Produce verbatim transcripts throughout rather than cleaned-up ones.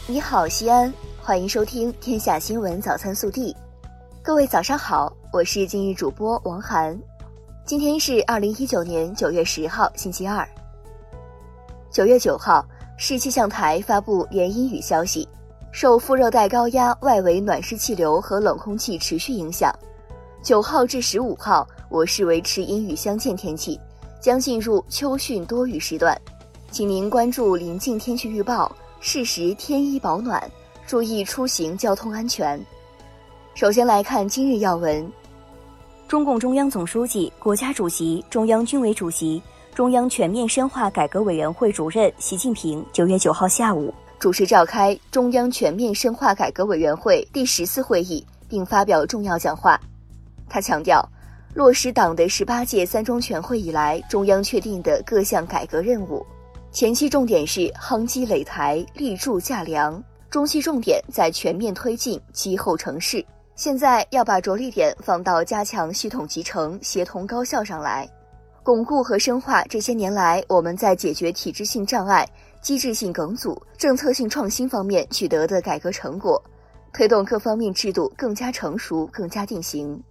你好，西安，欢迎收听《天下新闻早餐速递》。各位早上好，我是今日主播王涵。今天是二零一九年九月十号，星期二。九月九号，市气象台发布连阴雨消息，受副热带高压外围暖湿气流和冷空气持续影响，九号至十五号，我市维持阴雨相间天气，将进入秋汛多雨时段，请您关注临近天气预报，适时添衣保暖，注意出行交通安全。首先来看今日要闻。 中共中央总书记、国家主席、中央军委主席、中央全面深化改革委员会主任习近平九月九号下午主持召开中央全面深化改革委员会第十次会议，并发表重要讲话。他强调，落实党的十八届三中全会以来中央确定的各项改革任务，前期重点是夯基垒台、立柱架梁，中期重点在全面推进积后成市。现在要把着力点放到加强系统集成、协同高效上来，巩固和深化这些年来我们在解决体制性障碍、机制性梗阻、政策性创新方面取得的改革成果，推动各方面制度更加成熟、更加定型。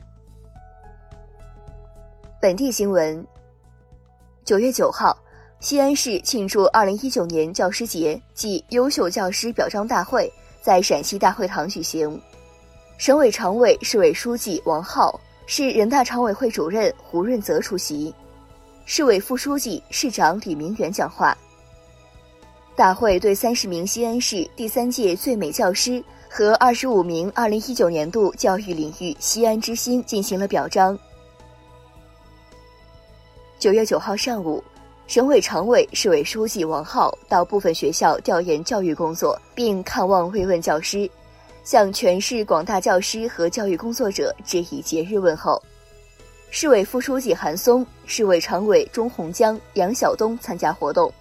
本地新闻。九月九号，西安市庆祝二零一九年教师节暨优秀教师表彰大会在陕西大会堂举行。省委常委、市委书记王浩，市人大常委会主任胡润泽出席，市委副书记、市长李明远讲话。大会对三十名西安市第三届最美教师和二十五名二零一九年度教育领域西安之星进行了表彰。九月九号上午，省委常委、市委书记王浩到部分学校调研教育工作，并看望慰问教师，向全市广大教师和教育工作者致以节日问候。市委副书记韩松、市委常委钟洪江、杨晓东参加活动。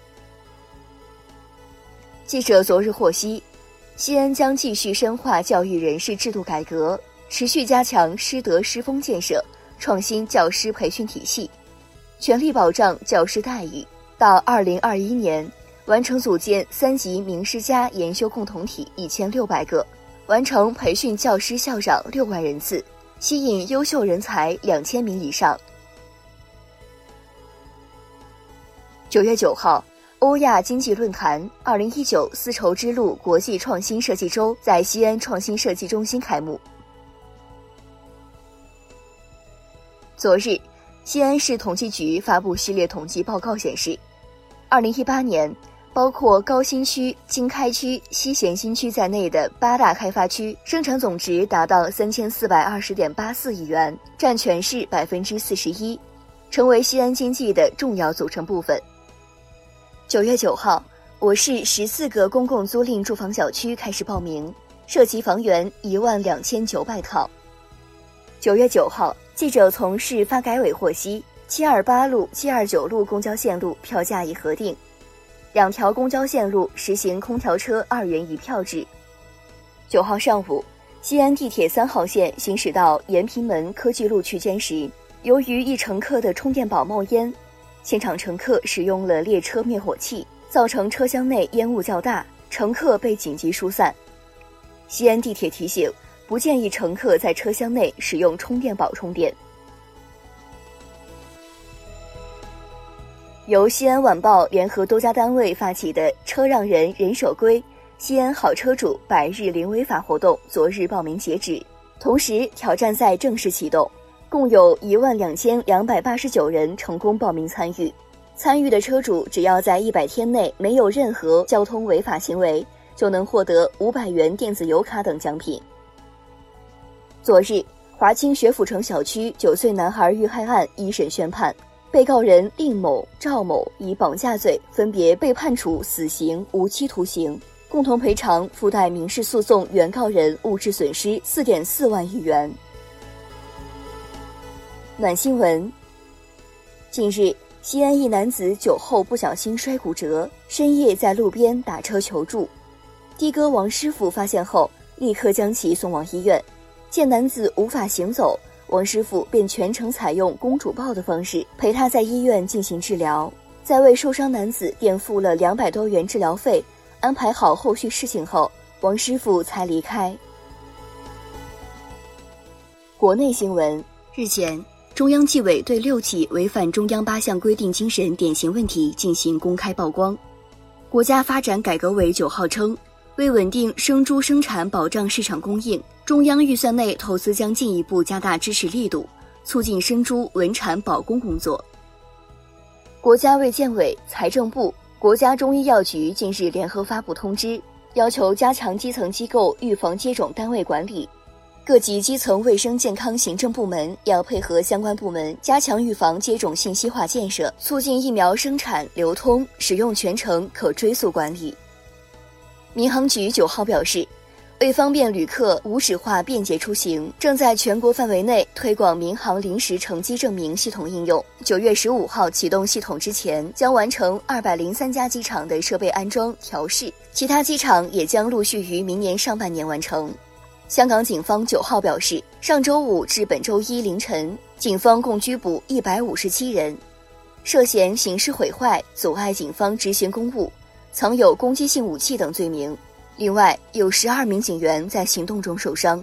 记者昨日获悉，西安将继续深化教育人事制度改革，持续加强师德师风建设，创新教师培训体系，全力保障教师待遇。到二零二一年，完成组建三级名师家研修共同体一千六百个，完成培训教师校长六万人次，吸引优秀人才两千名以上。九月九号，欧亚经济论坛二零一九丝绸之路国际创新设计周在西安创新设计中心开幕。昨日，西安市统计局发布系列统计报告显示，二零一八年，包括高新区、经开区、西咸新区在内的八大开发区生产总值达到三千四百二十点八四亿元，占全市百分之四十一，成为西安经济的重要组成部分。九月九号，我市十四个公共租赁住房小区开始报名，涉及房源一万两千九百套。九月九号，记者从市发改委获悉，七二八路、七二九路公交线路票价已核定，两条公交线路实行空调车二元一票制。九号上午，西安地铁三号线行驶到延平门科技路区间时，由于一乘客的充电宝冒烟，现场乘客使用了列车灭火器，造成车厢内烟雾较大，乘客被紧急疏散。西安地铁提醒，不建议乘客在车厢内使用充电宝充电。由西安晚报联合多家单位发起的车让人人手归西安好车主百日零违法活动昨日报名截止，同时挑战赛正式启动，共有一万两千两百八十九人成功报名参与。参与的车主只要在一百天内没有任何交通违法行为，就能获得五百元电子油卡等奖品。昨日，华清学府城小区九岁男孩遇害案一审宣判，被告人令某、赵某以绑架罪分别被判处死刑、无期徒刑，共同赔偿附带民事诉讼原告人物质损失 四点四万余元。暖新闻。近日，西安一男子酒后不小心摔骨折，深夜在路边打车求助，的哥王师傅发现后立刻将其送往医院。见男子无法行走，王师傅便全程采用公主抱的方式陪他在医院进行治疗，在为受伤男子垫付了两百多元治疗费， 安排好后续事情后，王师傅才离开。国内新闻，日前，中央纪委对六起违反中央八项规定精神典型问题进行公开曝光。国家发展改革委九号称，为稳定生猪生产，保障市场供应，中央预算内投资将进一步加大支持力度，促进生猪稳产保供工作。国家卫健委、财政部、国家中医药局近日联合发布通知，要求加强基层机构预防接种单位管理。各级基层卫生健康行政部门要配合相关部门，加强预防接种信息化建设，促进疫苗生产、流通、使用全程可追溯管理。民航局九号表示，为方便旅客无纸化便捷出行，正在全国范围内推广民航临时乘机证明系统应用。九月十五号启动系统之前，将完成二百零三家机场的设备安装调试，其他机场也将陆续于明年上半年完成。香港警方九号表示，上周五至本周一凌晨，警方共拘捕一百五十七人，涉嫌刑事毁坏、阻碍警方执行公务、藏有攻击性武器等罪名。另外，有十二名警员在行动中受伤。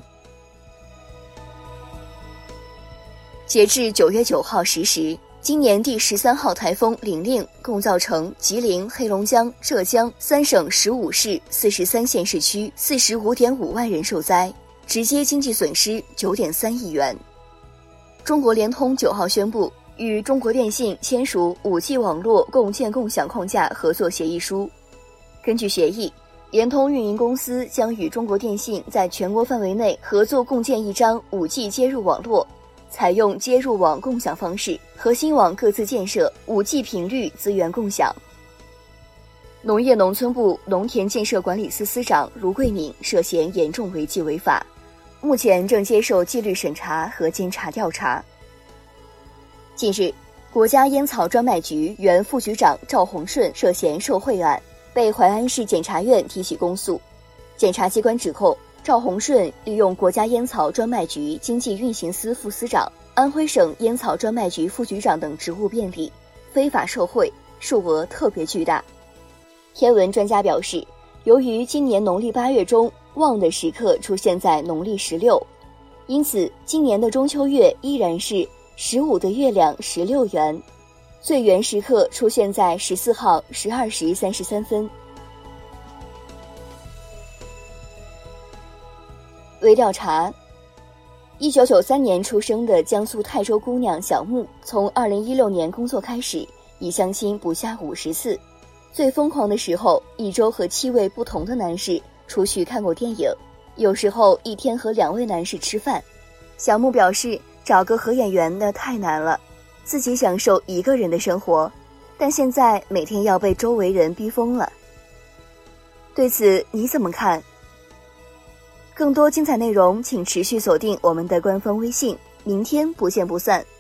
截至九月九号十时，今年第十三号台风领令共造成吉林、黑龙江、浙江三省十五市、四十三县市区四十五点五万人受灾，直接经济损失九点三亿元。中国联通九号宣布与中国电信签署 五 G 网络共建共享框架合作协议书。根据协议，联通运营公司将与中国电信在全国范围内合作共建一张 五 G 接入网络，采用接入网共享方式，核心网各自建设， 五 G 频率资源共享。农业农村部农田建设管理司司长卢桂敏涉嫌严重违纪违法，目前正接受纪律审查和监察调查。近日，国家烟草专卖局原副局长赵宏顺涉嫌受贿案，被淮安市检察院提起公诉。检察机关指控赵宏顺利用国家烟草专卖局经济运行司副司长、安徽省烟草专卖局副局长等职务便利，非法受贿，数额特别巨大。天文专家表示，由于今年农历八月中旺的时刻出现在农历十六，因此今年的中秋月依然是十五的月亮十六圆，最圆时刻出现在十四号十二时三十三分。微调查，一九九三年出生的江苏泰州姑娘小木，从二零一六年工作开始，已相亲不下五十次。最疯狂的时候，一周和七位不同的男士出去看过电影，有时候一天和两位男士吃饭。小木表示，找个合眼缘的太难了，自己享受一个人的生活，但现在每天要被周围人逼疯了。对此你怎么看？更多精彩内容请持续锁定我们的官方微信，明天不见不散。